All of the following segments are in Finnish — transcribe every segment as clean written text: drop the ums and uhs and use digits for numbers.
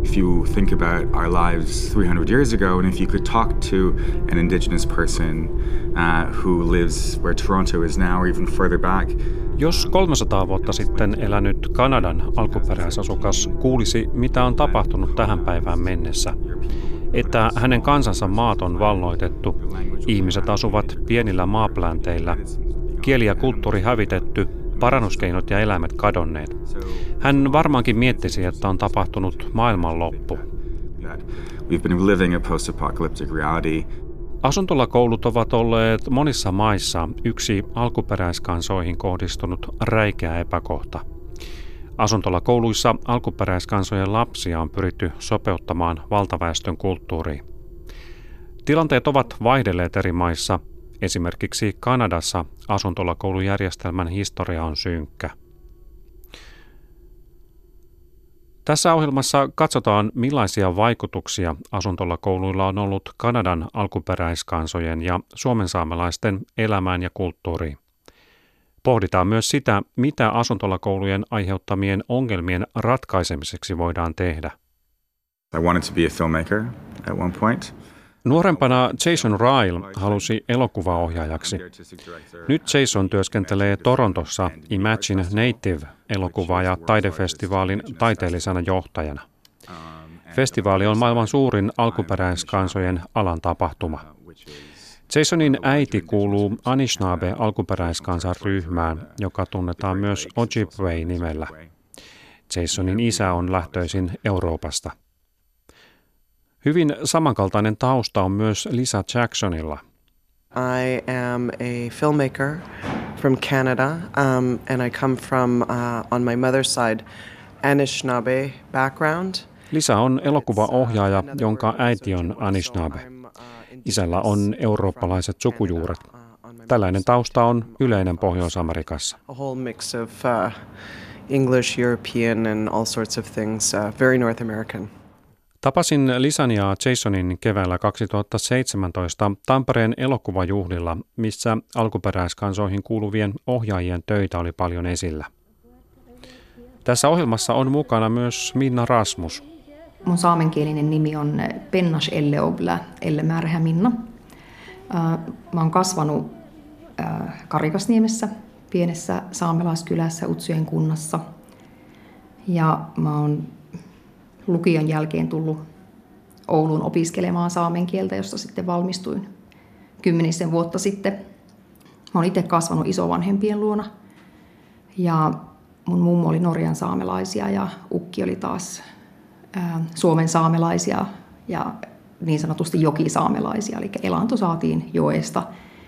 If you think about our lives 300 years ago, and if you could talk to an Indigenous person who lives where Toronto is now or even further back. Jos 300 vuotta sitten elänyt Kanadan alkuperäisasukas kuulisi, mitä on tapahtunut tähän päivään mennessä, että hänen kansansa maat on valloitettu, ihmiset asuvat pienillä maaplänteillä, kieli ja kulttuuri hävitetty, parannuskeinot ja eläimet kadonneet. Hän varmaankin miettisi, että on tapahtunut maailmanloppu. We've been living a post-apocalyptic reality. Asuntolakoulut ovat olleet monissa maissa yksi alkuperäiskansoihin kohdistunut räikeä epäkohta. Asuntolakouluissa alkuperäiskansojen lapsia on pyritty sopeuttamaan valtaväestön kulttuuriin. Tilanteet ovat vaihdelleet eri maissa. Esimerkiksi Kanadassa asuntolakoulujärjestelmän historia on synkkä. Tässä ohjelmassa katsotaan, millaisia vaikutuksia asuntolakouluilla on ollut Kanadan alkuperäiskansojen ja suomensaamelaisten elämään ja kulttuuriin. Pohditaan myös sitä, mitä asuntolakoulujen aiheuttamien ongelmien ratkaisemiseksi voidaan tehdä. I wanted to be a filmmaker at one point. Nuorempana Jason Ryle halusi elokuvaohjaajaksi. Nyt Jason työskentelee Torontossa Imagine Native-elokuva- ja taidefestivaalin taiteellisena johtajana. Festivaali on maailman suurin alkuperäiskansojen alan tapahtuma. Jasonin äiti kuuluu Anishinaabe-alkuperäiskansan ryhmään, joka tunnetaan myös Ojibwe-nimellä. Jasonin isä on lähtöisin Euroopasta. Hyvin samankaltainen tausta on myös Lisa Jacksonilla. I am a filmmaker from Canada, and I come from, on my mother's side, Anishinaabe background. Lisa on elokuvaohjaaja, jonka äiti on Anishinaabe. Isällä on eurooppalaiset sukujuuret. Tällainen tausta on yleinen Pohjois-Amerikassa. A whole mix of English, European and all sorts of things, very North American. Tapasin Lisan ja Jasonin keväällä 2017 Tampereen elokuvajuhlilla, missä alkuperäiskansoihin kuuluvien ohjaajien töitä oli paljon esillä. Tässä ohjelmassa on mukana myös Minna Rasmus. Mun saamenkielinen nimi on Pennas Elleobla, Ellemäärä Minna. Mä oon kasvanut Karikasniemessä, pienessä saamelaiskylässä Utsjoen kunnassa. Ja mä oon lukion jälkeen tullut Ouluun opiskelemaan saamen kieltä, josta sitten valmistuin 10 vuotta sitten. Mä oon itse kasvanut isovanhempien luona ja mun mummo oli Norjan saamelaisia ja ukki oli taas Suomen saamelaisia ja niin sanotusti jokisaamelaisia, eli elanto saatiin joesta.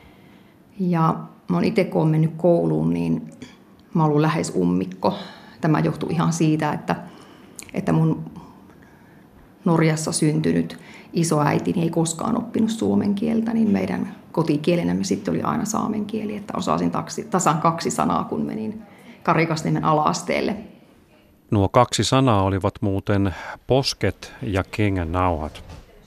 Ja mä oon itse, kun oon mennyt kouluun, niin mä oon ollut lähes ummikko. Tämä johtuu ihan siitä, että mun Norjassa syntynyt isoäitini ei koskaan oppinut suomen kieltä, niin meidän kotikielenämme sitten oli aina saamen kieli, että osasin tasan 2 sanaa, kun menin Karikasniemen ala-asteelle. Nuo 2 sanaa olivat muuten posket ja kengännauhat.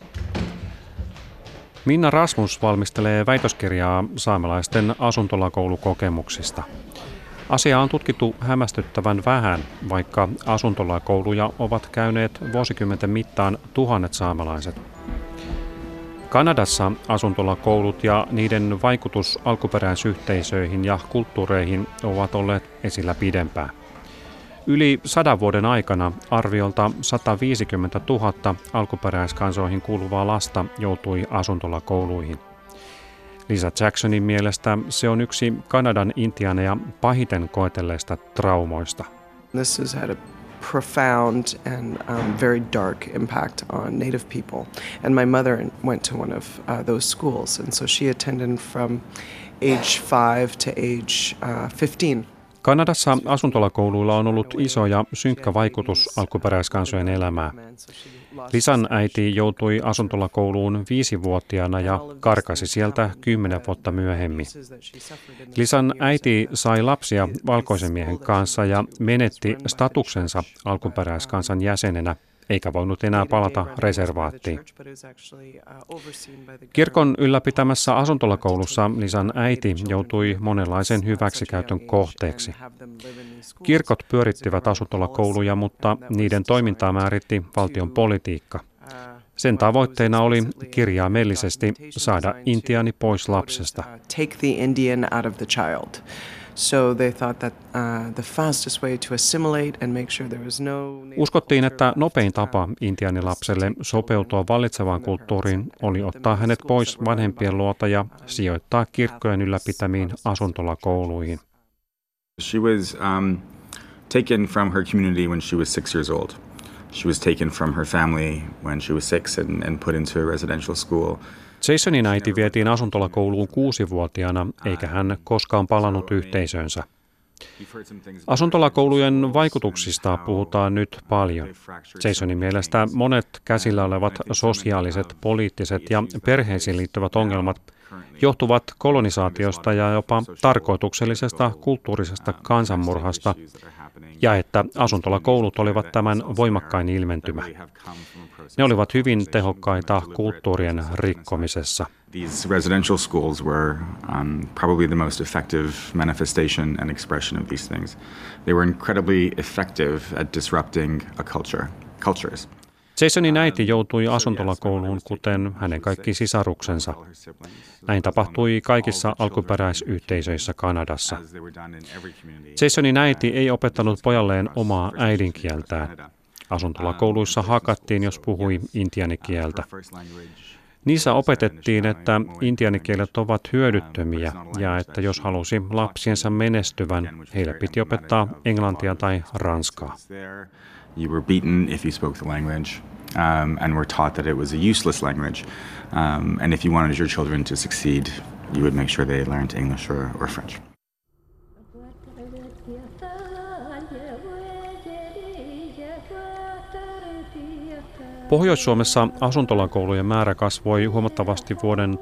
Minna Rasmus valmistelee väitöskirjaa saamelaisten asuntolakoulukokemuksista. Asiaa on tutkittu hämmästyttävän vähän, vaikka asuntolakouluja ovat käyneet vuosikymmenten mittaan tuhannet saamelaiset. Kanadassa asuntolakoulut ja niiden vaikutus alkuperäisyhteisöihin ja kulttuureihin ovat olleet esillä pidempään. Yli 100 vuoden aikana arviolta 150 000 alkuperäiskansoihin kuuluvaa lasta joutui asuntolakouluihin. Lisa Jacksonin mielestä se on yksi Kanadan intiaaneja pahiten koetelleista traumoista. This has had a profound and very dark impact on Native people. And my mother went to one of those schools, and so she attended from age 5 to age 15. Kanadassa asuntolakouluilla on ollut iso ja synkkä vaikutus alkuperäiskansojen elämään. Lisan äiti joutui asuntolakouluun 5-vuotiaana ja karkasi sieltä 10 vuotta myöhemmin. Lisan äiti sai lapsia valkoisen miehen kanssa ja menetti statuksensa alkuperäiskansan jäsenenä eikä voinut enää palata reservaattiin. Kirkon ylläpitämässä asuntolakoulussa Lisan äiti joutui monenlaisen hyväksikäytön kohteeksi. Kirkot pyörittivät asuntolakouluja, mutta niiden toimintaa määritti valtion politiikka. Sen tavoitteena oli kirjaimellisesti saada intiaani pois lapsesta. Take the Indian out of the child. So they thought that the fastest way to assimilate and make sure there was no... Uskottiin, että nopein tapa intiaanilapselle sopeutua vallitsevaan kulttuuriin oli ottaa hänet pois vanhempien luota ja sijoittaa kirkkojen ylläpitämiin asuntolakouluihin. She was taken from her community when she was 6 years old. She was taken from her family when she was 6 and put into a residential school. Jasonin äiti vietiin asuntolakouluun 6-vuotiaana, eikä hän koskaan palannut yhteisöönsä. Asuntolakoulujen vaikutuksista puhutaan nyt paljon. Jasonin mielestä monet käsillä olevat sosiaaliset, poliittiset ja perheisiin liittyvät ongelmat johtuvat kolonisaatiosta ja jopa tarkoituksellisesta kulttuurisesta kansanmurhasta, ja että asuntolakoulut olivat tämän voimakkain ilmentymä. Ne olivat hyvin tehokkaita kulttuurien rikkomisessa. These residential schools were probably the most effective manifestation and expression of these things. They were incredibly effective at disrupting cultures. Jasonin äiti joutui asuntolakouluun, kuten hänen kaikki sisaruksensa. Näin tapahtui kaikissa alkuperäisyhteisöissä Kanadassa. Jasonin äiti ei opettanut pojalleen omaa äidinkieltään. Asuntolakouluissa hakattiin, jos puhui intiaanikieltä. Niissä opetettiin, että intiaanikielet ovat hyödyttömiä ja että jos halusi lapsiensa menestyvän, heille piti opettaa englantia tai ranskaa. You were beaten if you spoke the language, and were taught that it was a useless language. And if you wanted your children to succeed, you would make sure they learned English or French. Pohjois-Suomessa asuntolakoulujen määrä kasvoi huomattavasti vuoden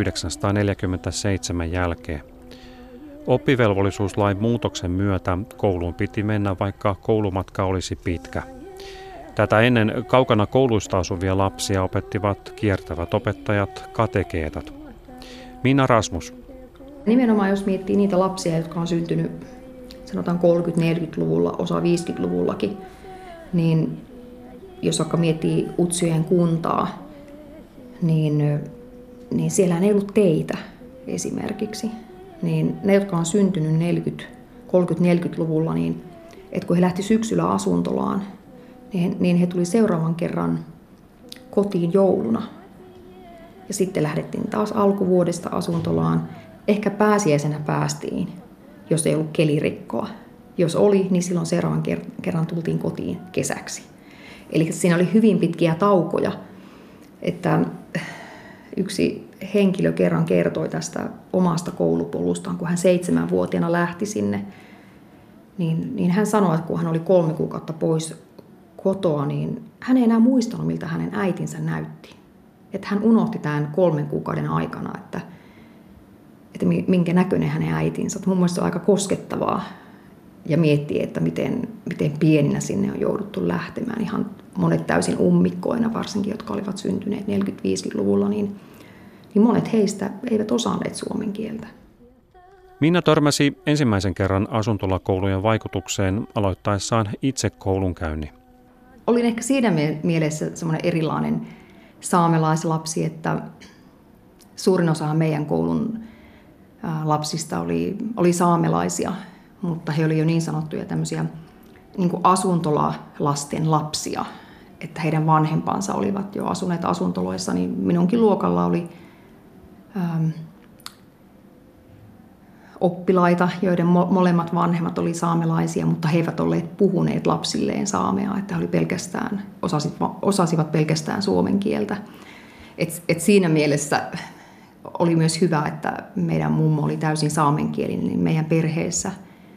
1947 jälkeen. Oppivelvollisuuslain muutoksen myötä kouluun piti mennä, vaikka koulumatka olisi pitkä. Tätä ennen kaukana kouluista asuvia lapsia opettivat kiertävät opettajat, katekeetat. Minna Rasmus. Nimenomaan jos miettii niitä lapsia, jotka on syntynyt sanotaan 30-40-luvulla, osa 50-luvullakin, niin jos vaikka miettii Utsjoen kuntaa, niin siellä ei ollut teitä esimerkiksi. Niin ne, jotka on syntynyt 30-40-luvulla, niin että kun he lähti syksyllä asuntolaan, niin he tuli seuraavan kerran kotiin jouluna. Ja sitten lähdettiin taas alkuvuodesta asuntolaan. Ehkä pääsiäisenä päästiin, jos ei ollut kelirikkoa. Jos oli, niin silloin seuraavan kerran tultiin kotiin kesäksi. Eli siinä oli hyvin pitkiä taukoja, että yksi henkilö kerran kertoi tästä omasta koulupolustaan, kun hän 7-vuotiaana lähti sinne, niin hän sanoi, että kun hän oli 3 kuukautta pois kotoa, niin hän ei enää muistanut, miltä hänen äitinsä näytti. Että hän unohti tämän 3 kuukauden aikana, että minkä näköinen hänen äitinsä. Mun mielestä se on aika koskettavaa ja miettiä, että miten pieninä sinne on jouduttu lähtemään. Ihan monet täysin ummikkoina, varsinkin jotka olivat syntyneet 40-50-luvulla, niin monet heistä eivät osanneet suomen kieltä. Minna törmäsi ensimmäisen kerran asuntolakoulujen vaikutukseen aloittaessaan itse koulunkäynnin. Olin ehkä siinä mielessä semmoinen erilainen saamelaislapsi, että suurin osa meidän koulun lapsista oli saamelaisia, mutta he olivat jo niin sanottuja tämmöisiä niin kuin asuntolalasten lapsia, että heidän vanhempansa olivat jo asuneet asuntoloissa, niin minunkin luokalla oli oppilaita, joiden molemmat vanhemmat oli saamelaisia, mutta he eivät olleet puhuneet lapsilleen saamea, että he osasivat pelkästään suomen kieltä. Et siinä mielessä oli myös hyvä, että meidän mummo oli täysin saamenkielinen, niin meidän perheessä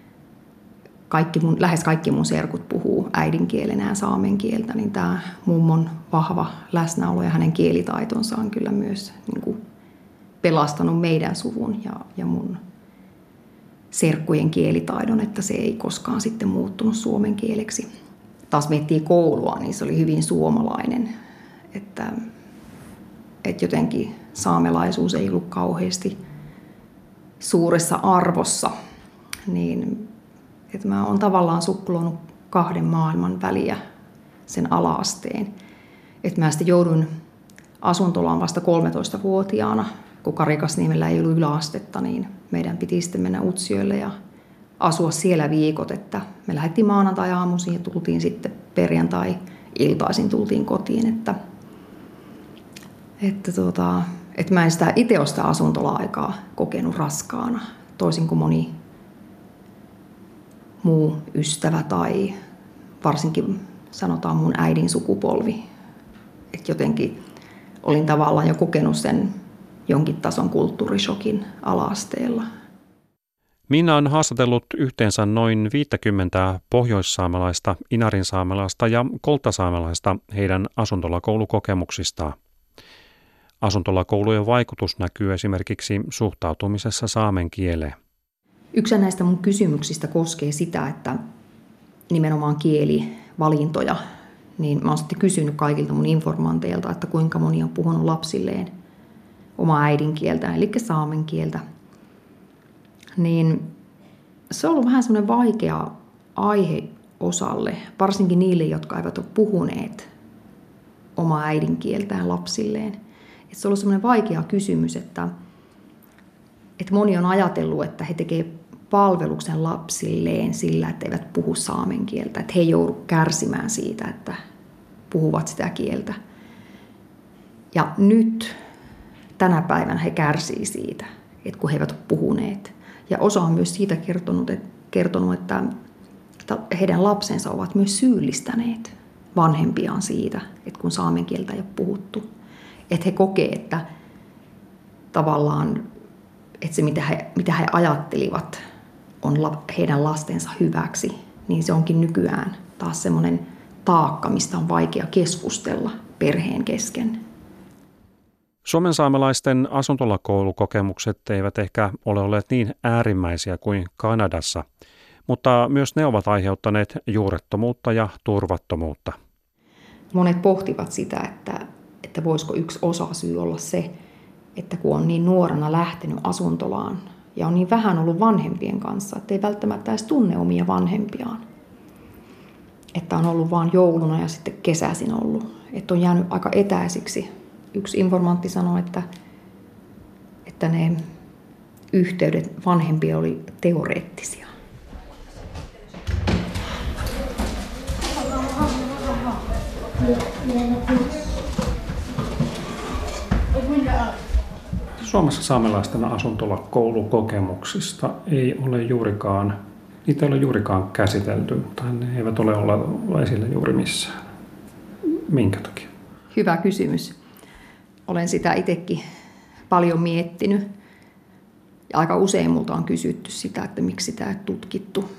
lähes kaikki mun serkut puhuu äidinkielenään saamen kieltä, niin tämä mummon vahva läsnäolo ja hänen kielitaitonsa on kyllä myös niin kuin pelastanut meidän suvun ja mun serkkujen kielitaidon, että se ei koskaan sitten muuttunut suomen kieleksi. taas miettii koulua, niin se oli hyvin suomalainen. Että jotenkin saamelaisuus ei ollut kauheasti suuressa arvossa. Niin, että mä oon tavallaan sukkulonut 2 maailman väliä sen ala-asteen. Että mä sitten jouduin asuntolaan vasta 13-vuotiaana, kun Karikasniemellä ei ollut yläastetta, niin meidän piti sitten mennä Utsjoelle ja asua siellä viikot. Että me lähdettiin maanantai-aamuisin ja tultiin sitten perjantai-iltaisin tultiin kotiin. Että mä en sitä itse ole sitä asuntola-aikaa kokenut raskaana, toisin kuin moni muu ystävä tai varsinkin sanotaan mun äidin sukupolvi. Että jotenkin olin tavallaan jo kokenut sen jonkin tason kulttuurishokin ala-asteella. Minna on haastatellut yhteensä noin 50 pohjoissaamelaista, inarinsaamelaista ja kolttasaamelaista heidän asuntolakoulukokemuksistaan. Asuntolakoulujen vaikutus näkyy esimerkiksi suhtautumisessa saamen kieleen. Yksi näistä mun kysymyksistä koskee sitä, että nimenomaan kielivalintoja, niin mä oon sitten kysynyt kaikilta mun informanteilta, että kuinka moni on puhunut lapsilleen omaa äidinkieltä, eli saamen kieltä. Niin se on ollut vähän semmoinen vaikea aihe osalle, varsinkin niille, jotka eivät ole puhuneet omaa äidinkieltään lapsilleen. Et se on ollut semmoinen vaikea kysymys, että moni on ajatellut, että he tekevät palveluksen lapsilleen sillä, että eivät puhu saamen kieltä, että he ei joudu kärsimään siitä, että puhuvat sitä kieltä. Ja nyt tänä päivänä he kärsii siitä, että kun he eivät ole puhuneet. Ja osa on myös siitä kertonut, että heidän lapsensa ovat myös syyllistäneet vanhempiaan siitä, että kun saamen kieltä ei ole puhuttu. Että he kokee, että tavallaan että se mitä he ajattelivat on heidän lastensa hyväksi, niin se onkin nykyään taas semmoinen taakka, mistä on vaikea keskustella perheen kesken. Suomen saamelaisten asuntolakoulukokemukset eivät ehkä ole olleet niin äärimmäisiä kuin Kanadassa, mutta myös ne ovat aiheuttaneet juurettomuutta ja turvattomuutta. Monet pohtivat sitä, että voisiko yksi osasyy olla se, että kun on niin nuorena lähtenyt asuntolaan ja on niin vähän ollut vanhempien kanssa, että ei välttämättä edes tunne omia vanhempiaan. Että on ollut vain jouluna ja sitten kesäisin ollut. Että on jäänyt aika etäisiksi. Yksi informantti sanoi, että ne yhteydet vanhempia oli teoreettisia. Suomessa saamelaisten asuntolakoulukokemuksista niitä ei ole juurikaan käsitelty tai ne eivät ole olla esillä juuri missään. Minkä takia? Hyvä kysymys. Olen sitä itsekin paljon miettinyt. Ja aika usein multa on kysytty sitä, että miksi sitä ei tutkittu.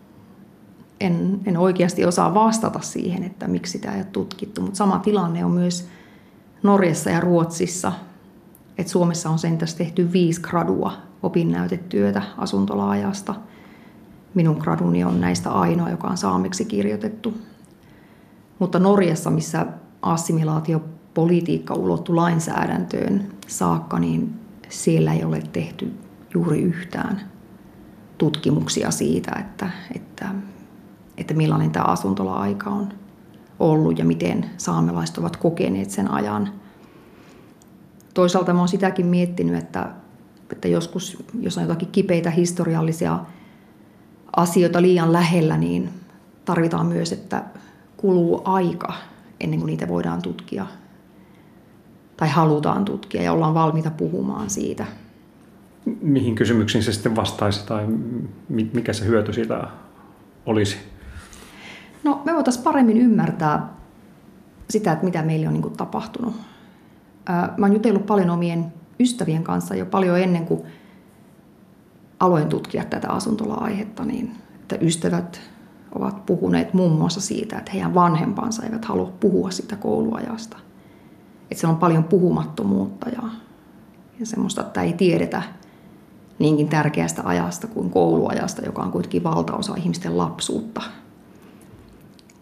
En oikeasti osaa vastata siihen, että miksi sitä ei ole tutkittu, mutta sama tilanne on myös Norjassa ja Ruotsissa. Et Suomessa on sentäs tehty 5 gradua opinnäytetyötä asuntolaajasta. Minun graduni on näistä ainoa, joka on saameksi kirjoitettu. Mutta Norjassa, missä assimilaatiopolitiikka ulottui lainsäädäntöön saakka, niin siellä ei ole tehty juuri yhtään tutkimuksia siitä, että millainen tämä asuntola-aika on ollut ja miten saamelaiset ovat kokeneet sen ajan. Toisaalta mä oon sitäkin miettinyt, että joskus, jos on jotakin kipeitä historiallisia asioita liian lähellä, niin tarvitaan myös, että kuluu aika ennen kuin niitä voidaan tutkia tai halutaan tutkia ja ollaan valmiita puhumaan siitä. Mihin kysymyksiin se sitten vastaisi tai mikä se hyöty siitä olisi? No, me voitaisiin paremmin ymmärtää sitä, että mitä meille on niin kuin tapahtunut. Mä oon jutellut paljon omien ystävien kanssa jo paljon ennen kuin aloin tutkia tätä asuntola-aihetta, niin että ystävät ovat puhuneet muun muassa siitä, että heidän vanhempansa eivät halua puhua sitä kouluajasta. Että siellä on paljon puhumattomuutta ja semmoista, että ei tiedetä niinkin tärkeästä ajasta kuin kouluajasta, joka on kuitenkin valtaosa ihmisten lapsuutta.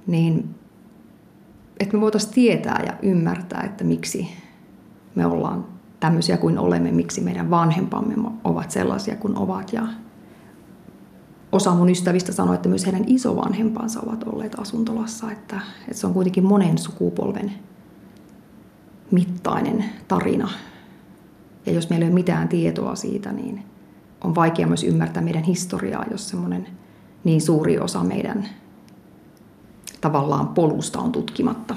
niin että me voitaisiin tietää ja ymmärtää, että miksi me ollaan tämmöisiä kuin olemme, miksi meidän vanhempamme ovat sellaisia kuin ovat. Ja osa mun ystävistä sanoi, että myös heidän isovanhempansa ovat olleet asuntolassa, että se on kuitenkin monen sukupolven mittainen tarina. Ja jos meillä ei ole mitään tietoa siitä, niin on vaikea myös ymmärtää meidän historiaa, jos semmoinen niin suuri osa meidän tavallaan polusta on tutkimatta.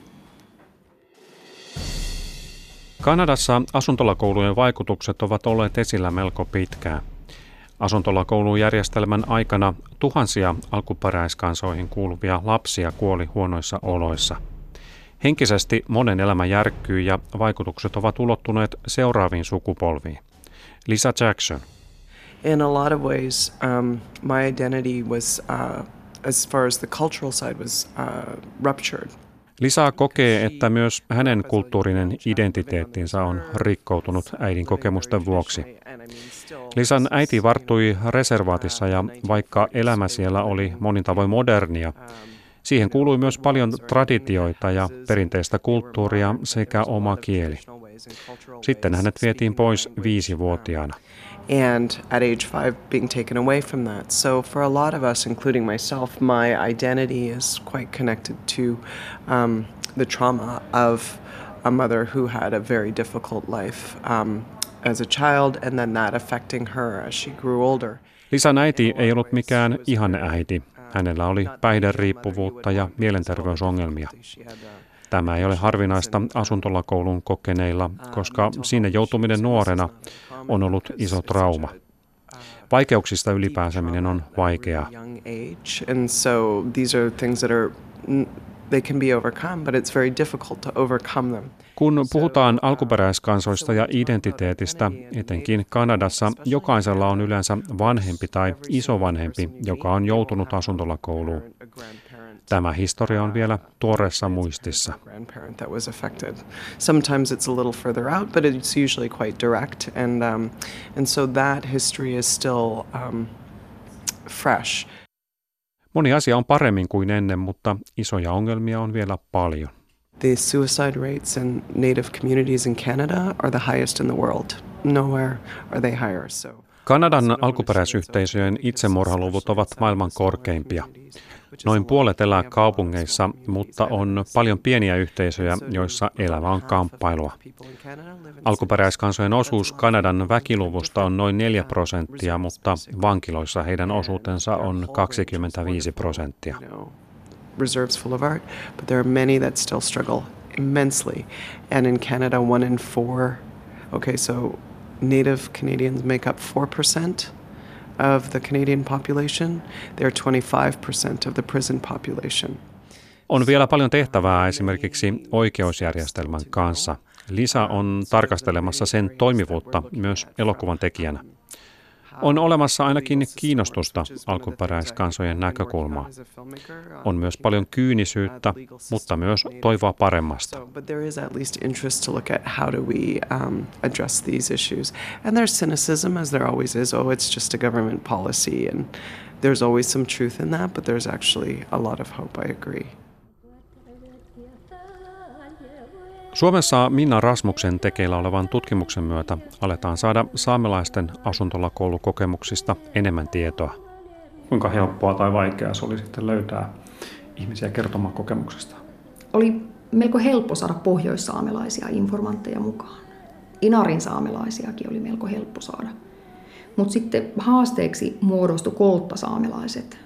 Kanadassa asuntolakoulujen vaikutukset ovat olleet esillä melko pitkään. Asuntolakoulujärjestelmän aikana tuhansia alkuperäiskansoihin kuuluvia lapsia kuoli huonoissa oloissa. Henkisesti monen elämä järkkyy ja vaikutukset ovat ulottuneet seuraaviin sukupolviin. Lisa Jackson. In a lot of ways, my identity was, as far as the cultural side was, ruptured. Lisa kokee, että myös hänen kulttuurinen identiteettinsä on rikkoutunut äidin kokemusten vuoksi. Lisan äiti varttui reservaatissa ja vaikka elämä siellä oli monin tavoin modernia, siihen kuului myös paljon traditioita ja perinteistä kulttuuria sekä oma kieli. Sitten hänet vietiin pois 5-vuotiaana. And at age 5 being taken away from that. So for a lot of us, including myself, my identity is quite connected to the trauma of a mother who had a very difficult life as a child, and then that affecting her as she grew older. Lisan äiti ei ollut mikään ihanneäiti. Hänellä oli päihderiippuvuutta ja mielenterveysongelmia. Tämä ei ole harvinaista asuntolakoulun kokeneilla, koska sinne joutuminen nuorena on ollut iso trauma. Vaikeuksista ylipääseminen on vaikeaa. Kun puhutaan alkuperäiskansoista ja identiteetistä, etenkin Kanadassa, jokaisella on yleensä vanhempi tai isovanhempi, joka on joutunut asuntolakouluun. Tämä historia on vielä tuoreessa muistissa. Sometimes it's a little further out, but it's usually quite direct, and so that history is still fresh. Moni asia on paremmin kuin ennen, mutta isoja ongelmia on vielä paljon. The suicide rates in Native communities in Canada are the highest in the world. Nowhere are they higher. Kanadan alkuperäisyhteisöjen itsemurhaluvut ovat maailman korkeimpia. Noin puolet elää kaupungeissa, mutta on paljon pieniä yhteisöjä, joissa elämä on kamppailua. Alkuperäiskansojen osuus Kanadan väkiluvusta on noin 4%, mutta vankiloissa heidän osuutensa on 25%. Reserves full of art, but there are many that still struggle immensely. And in Canada, 1 in 4. So Native Canadians make up 4% of the Canadian population. They're 25% of the prison population. On vielä paljon tehtävää esimerkiksi oikeusjärjestelmän kanssa. Lisa on tarkastelemassa sen toimivuutta myös elokuvan tekijänä. On olemassa ainakin kiinnostusta alkuperäiskansojen näkökulmaa. On myös paljon kyynisyyttä, mutta myös toivoa paremmasta. But there is at least interest to look at how do we address these issues. And there's cynicism, as there always is. Oh, it's just a government policy, and there's always some truth in that, but there's actually a lot of hope, I agree. Suomessa Minna Rasmuksen tekeillä olevan tutkimuksen myötä aletaan saada saamelaisten asuntolakoulukokemuksista enemmän tietoa. Kuinka helppoa tai vaikeaa se oli sitten löytää ihmisiä kertomaan kokemuksesta? Oli melko helppo saada pohjoissaamelaisia informantteja mukaan. Inarin saamelaisiakin oli melko helppo saada. Mutta sitten haasteeksi muodostui kolttasaamelaiset.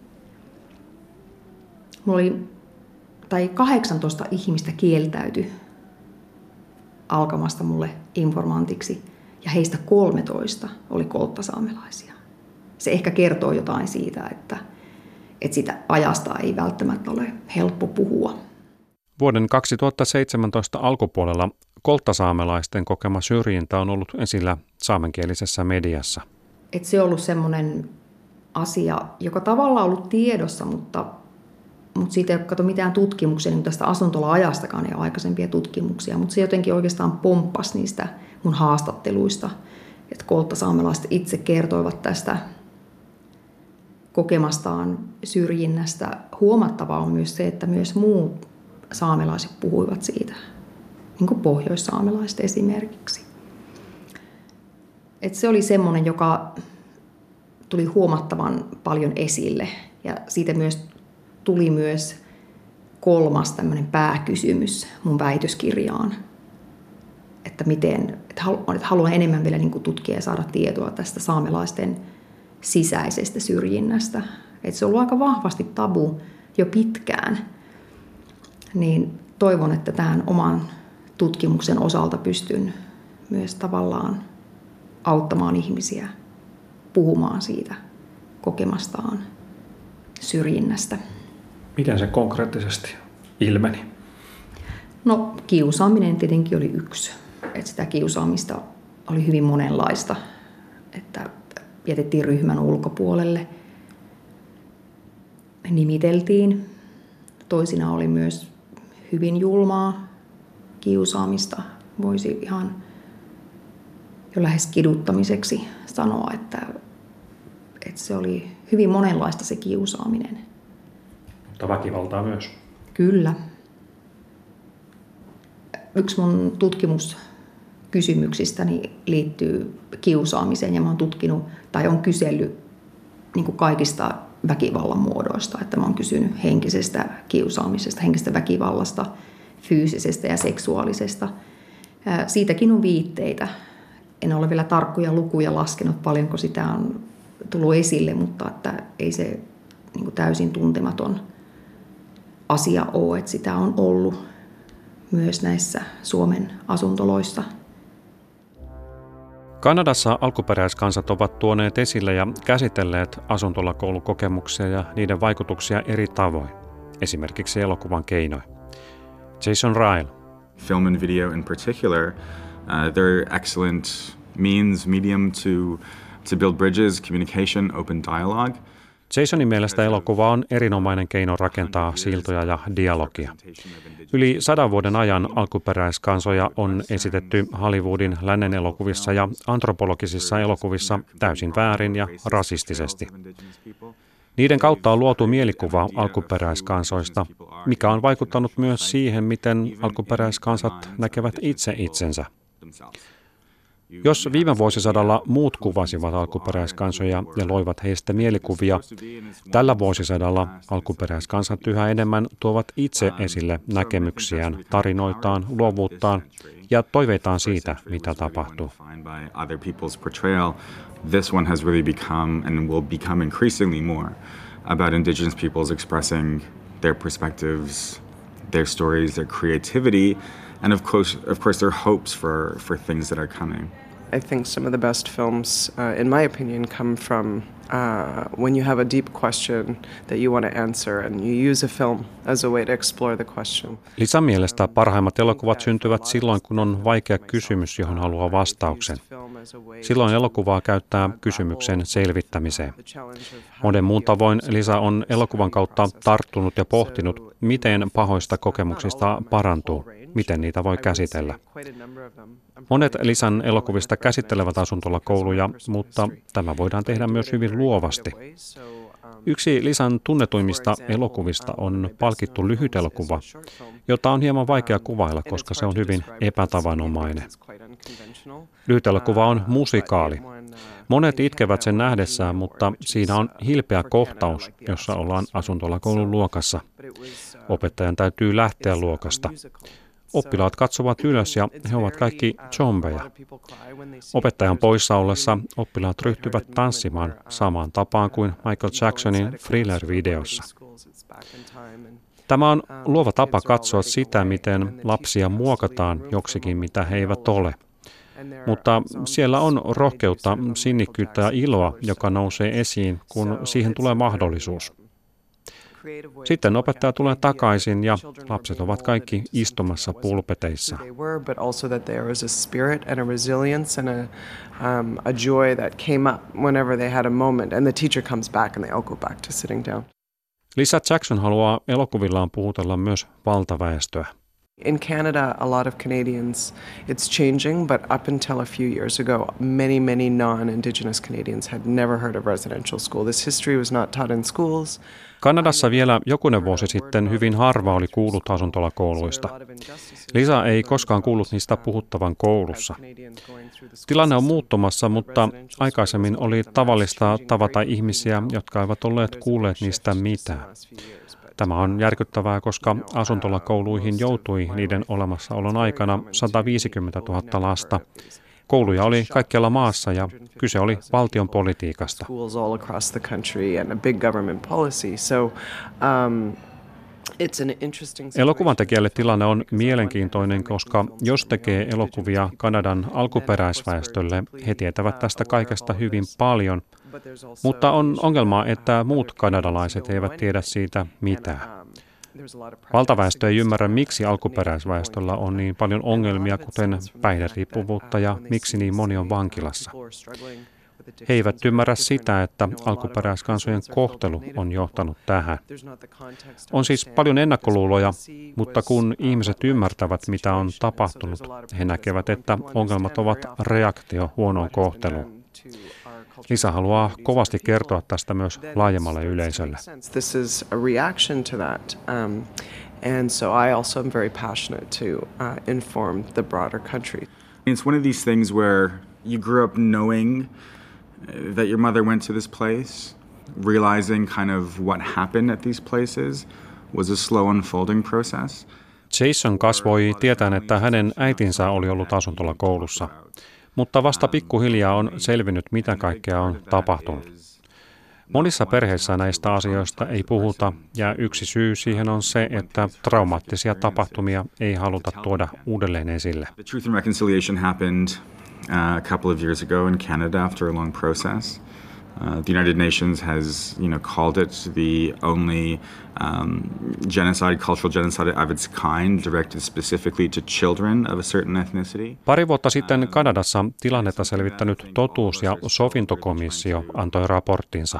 Mulla oli 18 ihmistä kieltäytyi alkamasta mulle informantiksi, ja heistä 13 oli kolttasaamelaisia. Se ehkä kertoo jotain siitä, että sitä ajasta ei välttämättä ole helppo puhua. Vuoden 2017 alkupuolella kolttasaamelaisten kokema syrjintä on ollut esillä saamenkielisessä mediassa. Se on ollut semmoinen asia, joka tavallaan on ollut tiedossa, mutta siitä ei ole kato mitään tutkimuksia, niin tästä asuntola-ajastakaan ei ole aikaisempia tutkimuksia, mutta se jotenkin oikeastaan pomppasi niistä mun haastatteluista, että kolttasaamelaiset itse kertoivat tästä kokemastaan syrjinnästä. Huomattavaa on myös se, että myös muut saamelaiset puhuivat siitä, niin kuin pohjoissaamelaiset esimerkiksi. Et se oli semmoinen, joka tuli huomattavan paljon esille ja siitä myös tuli myös 3. tämmöinen pääkysymys mun väitöskirjaan, että haluan enemmän vielä niin kuin tutkia ja saada tietoa tästä saamelaisten sisäisestä syrjinnästä. Että se on ollut aika vahvasti tabu jo pitkään, niin toivon, että tämän oman tutkimuksen osalta pystyn myös tavallaan auttamaan ihmisiä puhumaan siitä kokemastaan syrjinnästä. Miten se konkreettisesti ilmeni? No kiusaaminen tietenkin oli yksi. Että sitä kiusaamista oli hyvin monenlaista, että jätettiin ryhmän ulkopuolelle, nimiteltiin. Toisina oli myös hyvin julmaa kiusaamista. Voisi ihan jo lähes kiduttamiseksi sanoa, että se oli hyvin monenlaista se kiusaaminen. Mutta väkivaltaa myös. Kyllä. Yksi mun tutkimuskysymyksistäni liittyy kiusaamiseen ja mä oon tutkinut tai on kysellyt niin kuin kaikista väkivallan muodoista. Että mä oon kysynyt henkisestä kiusaamisesta, henkisestä väkivallasta, fyysisestä ja seksuaalisesta. Siitäkin on viitteitä. En ole vielä tarkkoja lukuja laskenut, paljonko sitä on tullut esille, mutta että ei se niin kuin täysin tuntematon asia ole, että sitä on ollut myös näissä Suomen asuntoloissa. Kanadassa alkuperäiskansat ovat tuoneet esille ja käsitelleet asuntolakoulukokemuksia ja niiden vaikutuksia eri tavoin, esimerkiksi elokuvan keinoin. Jason Ryle. Film and video in particular, they're excellent medium to build bridges, communication, open dialogue. Jasonin mielestä elokuva on erinomainen keino rakentaa siltoja ja dialogia. Yli 100 vuoden ajan alkuperäiskansoja on esitetty Hollywoodin lännen elokuvissa ja antropologisissa elokuvissa täysin väärin ja rasistisesti. Niiden kautta on luotu mielikuva alkuperäiskansoista, mikä on vaikuttanut myös siihen, miten alkuperäiskansat näkevät itse itsensä. Jos viime vuosisadalla muut kuvasivat alkuperäiskansoja ja loivat heistä mielikuvia, tällä vuosisadalla alkuperäiskansat yhä enemmän tuovat itse esille näkemyksiään, tarinoitaan, luovuuttaan ja toiveitaan siitä, mitä tapahtuu. This one has really become and will become increasingly more about Indigenous peoples expressing their perspectives, their stories, their creativity, and of course their hopes for things that are coming. I think some of the best films, in my opinion, come from when you have a deep question that you want to answer and you use a film as a way to explore the question. Lisan mielestä parhaimmat elokuvat syntyvät silloin, kun on vaikea kysymys, johon haluaa vastauksen. Silloin elokuvaa käyttää kysymyksen selvittämiseen. Monen muun tavoin Lisa on elokuvan kautta tarttunut ja pohtinut, miten pahoista kokemuksista parantuu, miten niitä voi käsitellä. Monet Lisan elokuvista käsittelevät asuntolakouluja, mutta tämä voidaan tehdä myös hyvin luovasti. Yksi Lisan tunnetuimmista elokuvista on palkittu lyhyt elokuva, jota on hieman vaikea kuvailla, koska se on hyvin epätavanomainen. Lyhyt elokuva on musikaali. Monet itkevät sen nähdessään, mutta siinä on hilpeä kohtaus, jossa ollaan asuntolakoulun luokassa. Opettajan täytyy lähteä luokasta. Oppilaat katsovat ylös ja he ovat kaikki zombeja. Opettajan poissa ollessa oppilaat ryhtyvät tanssimaan samaan tapaan kuin Michael Jacksonin Thriller-videossa. Tämä on luova tapa katsoa sitä, miten lapsia muokataan joksikin, mitä he eivät ole. Mutta siellä on rohkeutta, sinnikkyyttä ja iloa, joka nousee esiin, kun siihen tulee mahdollisuus. Sitten opettaja tulee takaisin ja lapset ovat kaikki istumassa pulpeteissa. Lisa Jackson haluaa elokuvillaan puhutella myös valtaväestöä. In Canada, a lot of Canadians, it's changing, but up until a few years ago, many non-Indigenous Canadians had never heard of residential school. This history was not taught in schools. Kanadassa vielä jokunen vuosi sitten hyvin harva oli kuullut asuntolakouluista. Lisa ei koskaan kuullut niistä puhuttavan koulussa. Tilanne on muuttumassa, mutta aikaisemmin oli tavallista tavata ihmisiä, jotka eivät olleet kuulleet niistä mitään. Tämä on järkyttävää, koska asuntolakouluihin joutui niiden olemassaolon aikana 150 000 lasta. Kouluja oli kaikkialla maassa ja kyse oli valtion politiikasta. Elokuvantekijälle tilanne on mielenkiintoinen, koska jos tekee elokuvia Kanadan alkuperäisväestölle, he tietävät tästä kaikesta hyvin paljon. Mutta on ongelma, että muut kanadalaiset eivät tiedä siitä mitään. Valtaväestö ei ymmärrä, miksi alkuperäisväestöllä on niin paljon ongelmia, kuten päihderiippuvuutta ja miksi niin moni on vankilassa. He eivät ymmärrä sitä, että alkuperäiskansojen kohtelu on johtanut tähän. On siis paljon ennakkoluuloja, mutta kun ihmiset ymmärtävät, mitä on tapahtunut, he näkevät, että ongelmat ovat reaktio huonoon kohteluun. Lisa haluaa kovasti kertoa tästä myös laajemmalle yleisölle. This is a reaction to that. And so I also am very passionate to inform the broader country. It's one of these things where you grew up knowing that your mother went to this place, realizing kind of what happened at these places was a slow unfolding process. Jason kasvoi tietäen, että hänen äitinsä oli ollut asuntolakoulussa. Mutta vasta pikkuhiljaa on selvinnyt, mitä kaikkea on tapahtunut. Monissa perheissä näistä asioista ei puhuta, ja yksi syy siihen on se, että traumaattisia tapahtumia ei haluta tuoda uudelleen esille. The Truth and Reconciliation happened a couple of years ago in Canada after a long process. The United Nations has, called it the only cultural genocide of its kind, directed specifically to children of a certain ethnicity. Pari vuotta sitten Kanadassa tilannetta selvittänyt totuus- ja sovintokomissio antoi raporttinsa.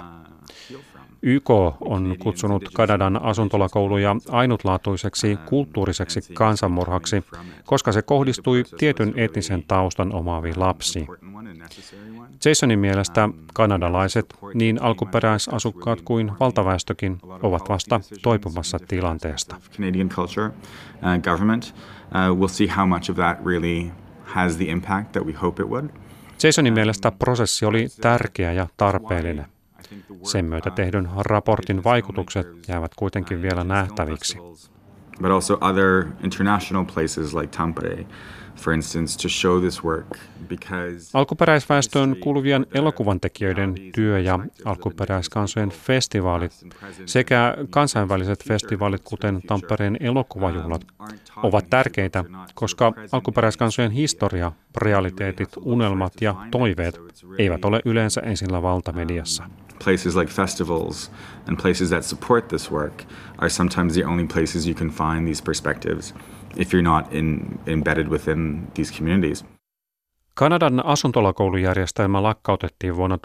YK on kutsunut Kanadan asuntolakouluja ainutlaatuiseksi kulttuuriseksi kansanmurhaksi, koska se kohdistui tietyn etnisen taustan omaaviin lapsiin. Jasonin mielestä kanadalaiset, niin alkuperäisasukkaat kuin valtaväestökin, ovat vasta toipumassa tilanteesta. Canadian culture, government, we'll see how much of that really has the impact that we hope it would. Jasonin mielestä prosessi oli tärkeä ja tarpeellinen. Sen myötä tehdyn raportin vaikutukset jäävät kuitenkin vielä nähtäviksi. But also other international places like Tampere, for instance, to show this work because alkuperäisväestöön kuuluvien elokuvantekijöiden työ ja alkuperäiskansojen festivaalit sekä kansainväliset festivaalit, kuten Tampereen elokuvajuhlat, ovat tärkeitä, koska alkuperäiskansojen historia, realiteetit, unelmat ja toiveet eivät ole yleensä esillä valtamediassa. Places like festivals and places that support this work are sometimes the only places you can find these perspectives if you're not embedded within these communities. Kanadan asuntolakoulujärjestelmä lakkautettiin vuonna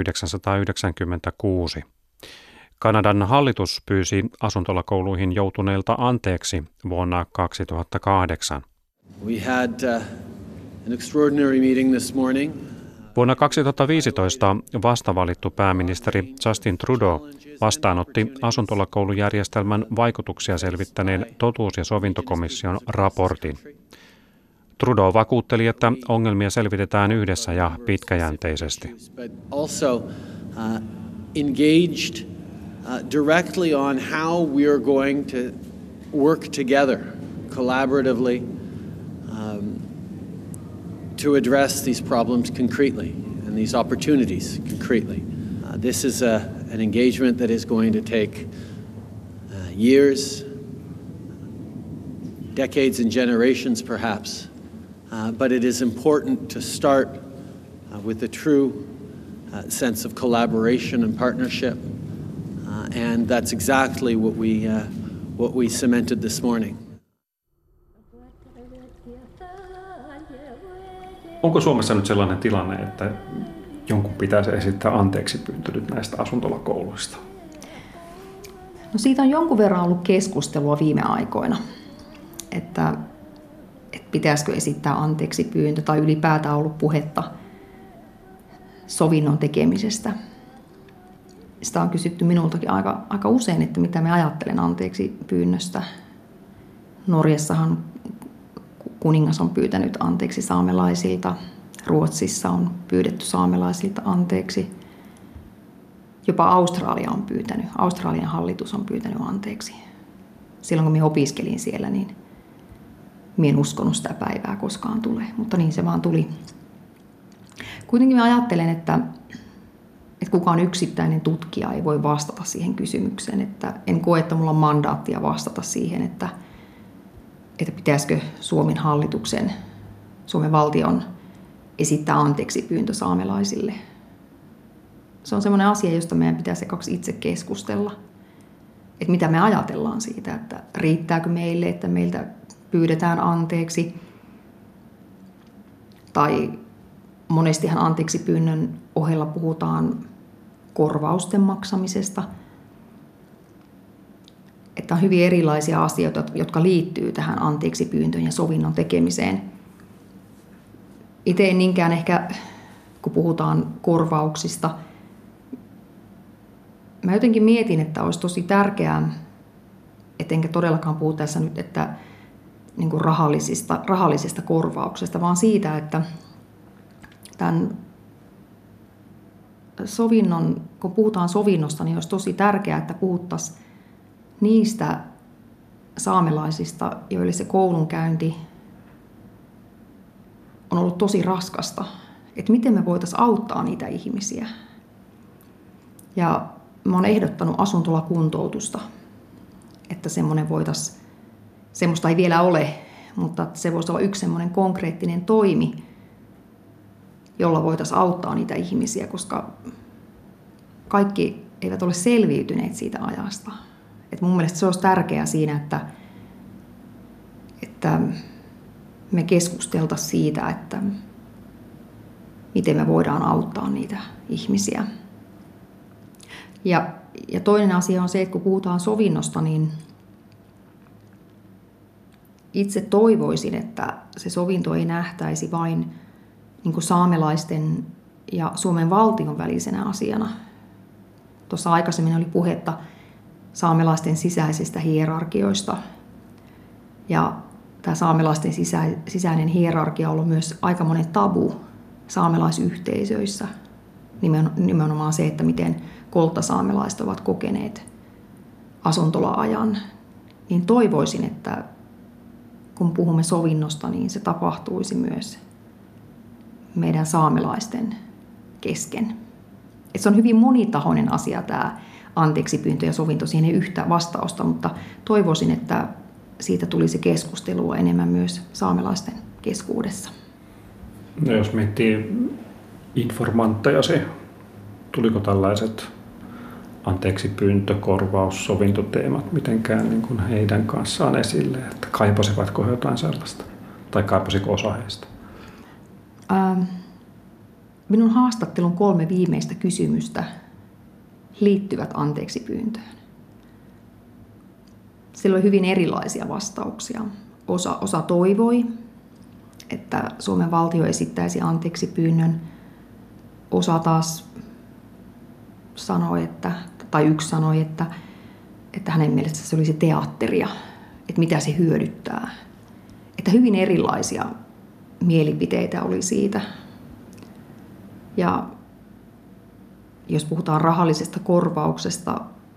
1996. Kanadan hallitus pyysi asuntolakouluihin joutuneilta anteeksi vuonna 2008. We had an extraordinary meeting this morning. Vuonna 2015 vastavalittu pääministeri Justin Trudeau vastaanotti asuntolakoulujärjestelmän vaikutuksia selvittäneen totuus- ja sovintokomission raportin. Trudeau vakuutteli, että ongelmia selvitetään yhdessä ja pitkäjänteisesti. Also engaged directly on how we are going to work together collaboratively to address these problems concretely and these opportunities concretely. This is an engagement that is going to take years, decades and generations perhaps, but it is important to start with a true sense of collaboration and partnership, and that's exactly what we cemented this morning. Onko Suomessa nyt sellainen tilanne, että jonkun pitäisi esittää anteeksi pyyntö nyt näistä asuntolakouluista? No siitä on jonkun verran ollut keskustelua viime aikoina. että pitäisikö esittää anteeksi pyyntö tai ylipäätään ollut puhetta sovinnon tekemisestä. Sitä on kysytty minultakin aika usein, että mitä me ajattelen anteeksi pyynnöstä. Norjassahan kuningas on pyytänyt anteeksi saamelaisilta. Ruotsissa on pyydetty saamelaisilta anteeksi. Jopa Australian hallitus on pyytänyt anteeksi. Silloin kun minä opiskelin siellä, niin minä en uskonut sitä päivää koskaan tulee, mutta niin se vaan tuli. Kuitenkin minä ajattelen, että kukaan yksittäinen tutkija ei voi vastata siihen kysymykseen. Että en koe, että minulla on mandaattia vastata siihen, että pitäisikö Suomen hallituksen, Suomen valtion esittää anteeksi pyyntö saamelaisille. Se on semmoinen asia, josta meidän pitäisi itse keskustella. Että mitä me ajatellaan siitä, että riittääkö meille, että meiltä pyydetään anteeksi. Tai monestihan anteeksi pyynnön ohella puhutaan korvausten maksamisesta. Että on hyvin erilaisia asioita, jotka liittyy tähän anteeksi pyyntöön ja sovinnon tekemiseen. Itse en niinkään ehkä, kun puhutaan korvauksista, mä jotenkin mietin, että olisi tosi tärkeää, et enkä todellakaan puhu tässä nyt, että niin kuin rahallisesta korvauksesta, vaan siitä, että tämän sovinnon, kun puhutaan sovinnosta, niin olisi tosi tärkeää, että puhuttaisiin niistä saamelaisista, joille se koulunkäynti on ollut tosi raskasta. Että miten me voitaisiin auttaa niitä ihmisiä. Ja mä oon ehdottanut asuntolakuntoutusta, että semmoista ei vielä ole, mutta se voisi olla yksi semmoinen konkreettinen toimi, jolla voitaisiin auttaa niitä ihmisiä, koska kaikki eivät ole selviytyneet siitä ajasta. Et mun mielestä se olisi tärkeää siinä, että me keskusteltaisiin siitä, että miten me voidaan auttaa niitä ihmisiä. Ja toinen asia on se, että kun puhutaan sovinnosta, niin itse toivoisin, että se sovinto ei nähtäisi vain niin kuin saamelaisten ja Suomen valtion välisenä asiana. Tuossa aikaisemmin oli puhetta saamelaisten sisäisistä hierarkioista. Ja tämä saamelaisten sisäinen hierarkia on ollut myös aika monen tabu saamelaisyhteisöissä. Nimenomaan se, että miten kolttasaamelaiset ovat kokeneet asuntolaajan. Niin toivoisin, että kun puhumme sovinnosta, niin se tapahtuisi myös meidän saamelaisten kesken. Et se on hyvin monitahoinen asia tämä anteeksipyyntö ja sovinto, siihen ei yhtä vastausta, mutta toivoisin, että siitä tulisi keskustelua enemmän myös saamelaisten keskuudessa. No jos miettii informanttejasi, tuliko tällaiset anteeksipyyntö, korvaus, sovintoteemat mitenkään niin kuin heidän kanssaan esille, että kaipasivatko he jotain sellaista tai kaipasiko osa heistä? Minun haastattelun 3 viimeistä kysymystä liittyvät anteeksipyyntöön. Siellä oli hyvin erilaisia vastauksia. Osa toivoi, että Suomen valtio esittäisi anteeksipyynnön. Osa taas sanoi, yksi sanoi, että hänen mielestä se olisi teatteria, että mitä se hyödyttää. Että hyvin erilaisia mielipiteitä oli siitä. Ja jos puhutaan rahallisesta korvauksesta,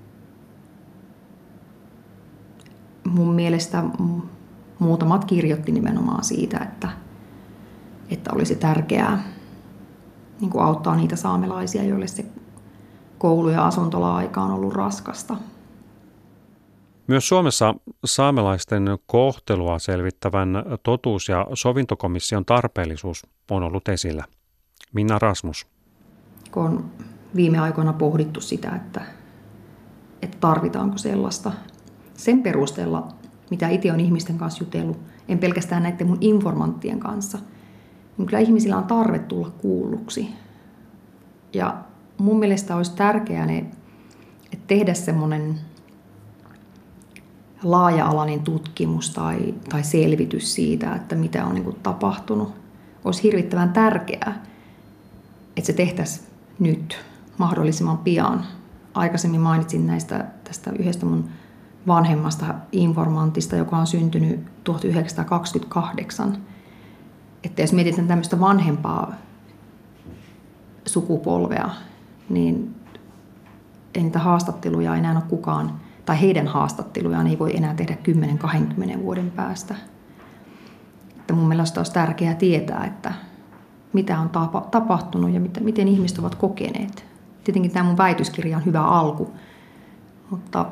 mun mielestä muutamat kirjoitti nimenomaan siitä, että olisi tärkeää niin kuin auttaa niitä saamelaisia, joille se koulu- ja asuntolaa-aika on ollut raskasta. Myös Suomessa saamelaisten kohtelua selvittävän totuus- ja sovintokomission tarpeellisuus on ollut esillä. Minna Rasmus. Kun on viime aikoina pohdittu sitä, että tarvitaanko sellaista. Sen perusteella, mitä itse olen ihmisten kanssa jutellut, en pelkästään näiden mun informanttien kanssa, niin kyllä ihmisillä on tarve tulla kuulluksi. Ja mun mielestä olisi tärkeää että tehdä semmoinen laaja-alainen tutkimus tai selvitys siitä, että mitä on niin kuin tapahtunut. Olisi hirvittävän tärkeää, että se tehtäisiin nyt mahdollisimman pian. Aikaisemmin mainitsin tästä yhdestä mun vanhemmasta informantista, joka on syntynyt 1928. Että jos mietitään tämmöistä vanhempaa sukupolvea, niin ei niitä haastatteluja enää ole kukaan, tai heidän haastattelujaan ei voi enää tehdä 10-20 vuoden päästä. Että mun mielestä olisi tärkeää tietää, että mitä on tapahtunut ja miten ihmiset ovat kokeneet. Tietenkin tämä mun väitöskirja on hyvä alku, mutta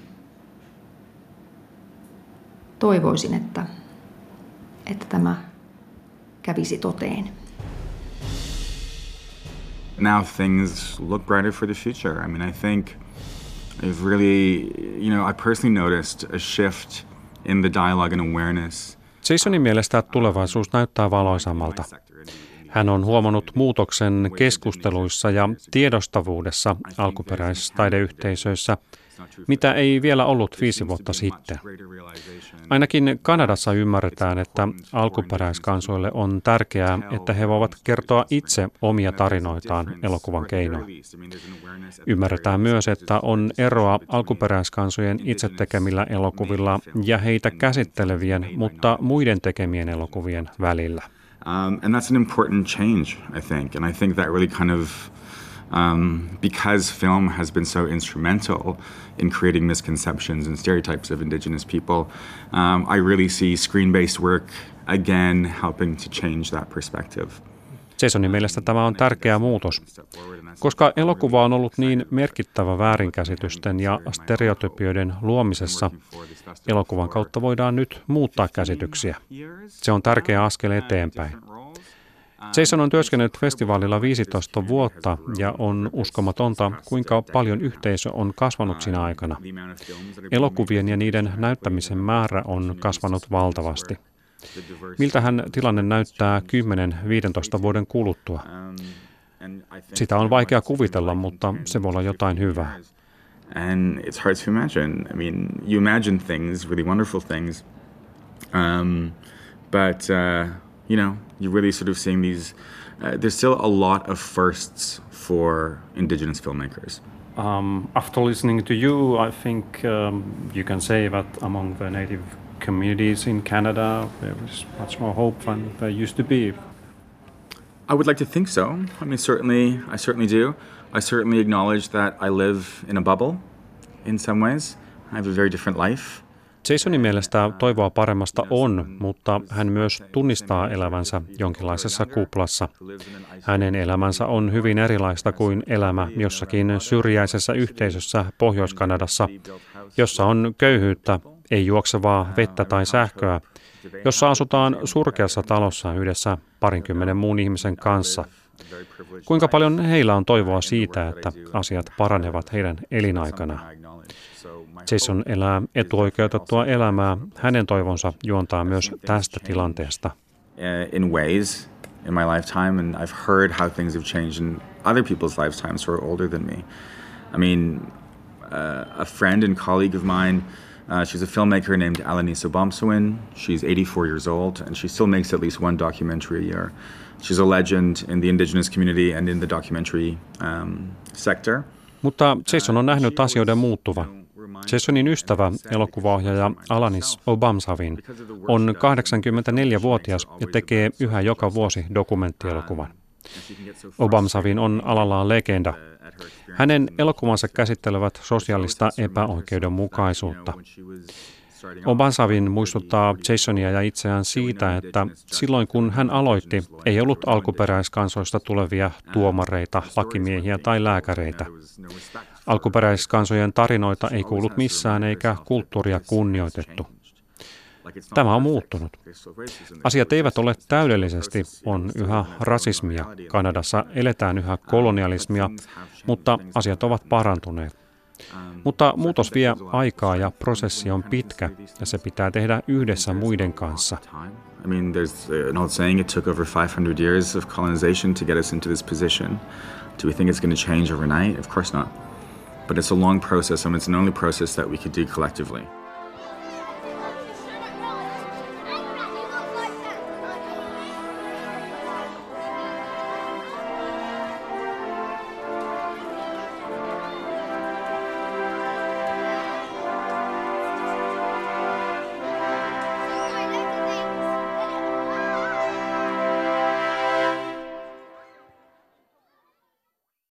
toivoisin, että tämä kävisi toteen. Now things look brighter for the future. I mean, I think I've really, I personally noticed a shift in the dialogue and awareness. Jasonin mielestä tulevaisuus näyttää valoisammalta. Hän on huomannut muutoksen keskusteluissa ja tiedostavuudessa alkuperäistaideyhteisöissä, mitä ei vielä ollut 5 vuotta sitten. Ainakin Kanadassa ymmärretään, että alkuperäiskansoille on tärkeää, että he voivat kertoa itse omia tarinoitaan elokuvan keinoin. Ymmärretään myös, että on eroa alkuperäiskansojen itse tekemillä elokuvilla ja heitä käsittelevien, mutta muiden tekemien elokuvien välillä. And that's an important change, I think. And I think that really kind of, because film has been so instrumental in creating misconceptions and stereotypes of Indigenous people, I really see screen-based work again helping to change that perspective. Jasonin mielestä tämä on tärkeä muutos, koska elokuva on ollut niin merkittävä väärinkäsitysten ja stereotypioiden luomisessa. Elokuvan kautta voidaan nyt muuttaa käsityksiä. Se on tärkeä askel eteenpäin. Jason on työskennellyt festivaalilla 15 vuotta ja on uskomatonta, kuinka paljon yhteisö on kasvanut siinä aikana. Elokuvien ja niiden näyttämisen määrä on kasvanut valtavasti. Miltähän tilanne näyttää 10-15 vuoden kuluttua? Sitä on vaikea kuvitella, mutta se voi olla jotain hyvää. And it's hard to imagine. I mean, you imagine things, really wonderful things, but you're really sort of seeing these. There's still a lot of firsts for Indigenous filmmakers. After listening to you, I think you can say that among the native communities in Canada, there is much more hope than there used to be. I would like to think so. I mean, I certainly do. I certainly acknowledge that I live in a bubble in some ways. I have a very different life. Jasonin mielestä toivoa paremmasta on, mutta hän myös tunnistaa elävänsä jonkinlaisessa kuplassa. Hänen elämänsä on hyvin erilaista kuin elämä jossakin syrjäisessä yhteisössä Pohjois-Kanadassa, jossa on köyhyyttä, ei juoksevaa vettä tai sähköä, jossa asutaan surkeassa talossa yhdessä 20 muun ihmisen kanssa. Kuinka paljon heillä on toivoa siitä, että asiat paranevat heidän elinaikanaan? Jason elää etuoikeutettua elämää. Hänen toivonsa juontaa myös tästä tilanteesta. In ways in my lifetime, and I've heard how things have changed in other people's lifetimes who are older than me. I mean, a friend and colleague of mine, she's a filmmaker named Alanis Obomsawin. She's 84 years old, and she still makes at least one documentary a year. She's a legend in the Indigenous community and in the documentary sector. Mutta Jason on nähnyt asioiden muuttuvan. Jasonin ystävä, elokuvaohjaaja Alanis Obomsawin, on 84-vuotias ja tekee yhä joka vuosi dokumenttielokuvan. Obomsawin on alallaan legenda. Hänen elokuvansa käsittelevät sosiaalista epäoikeudenmukaisuutta. Obomsawin muistuttaa Jasonia ja itseään siitä, että silloin kun hän aloitti, ei ollut alkuperäiskansoista tulevia tuomareita, lakimiehiä tai lääkäreitä. Alkuperäiskansojen tarinoita ei kuullut missään eikä kulttuuria kunnioitettu. Tämä on muuttunut. Asiat eivät ole täydellisesti, on yhä rasismia. Kanadassa eletään yhä kolonialismia, mutta asiat ovat parantuneet. Mutta muutos vie aikaa ja prosessi on pitkä ja se pitää tehdä yhdessä muiden kanssa. I mean, there's an old saying, it took over 500 years of colonization to get us into this position. Do we think it's going to change overnight? Of course not. But it's a long process, and it's an only process that we could do collectively.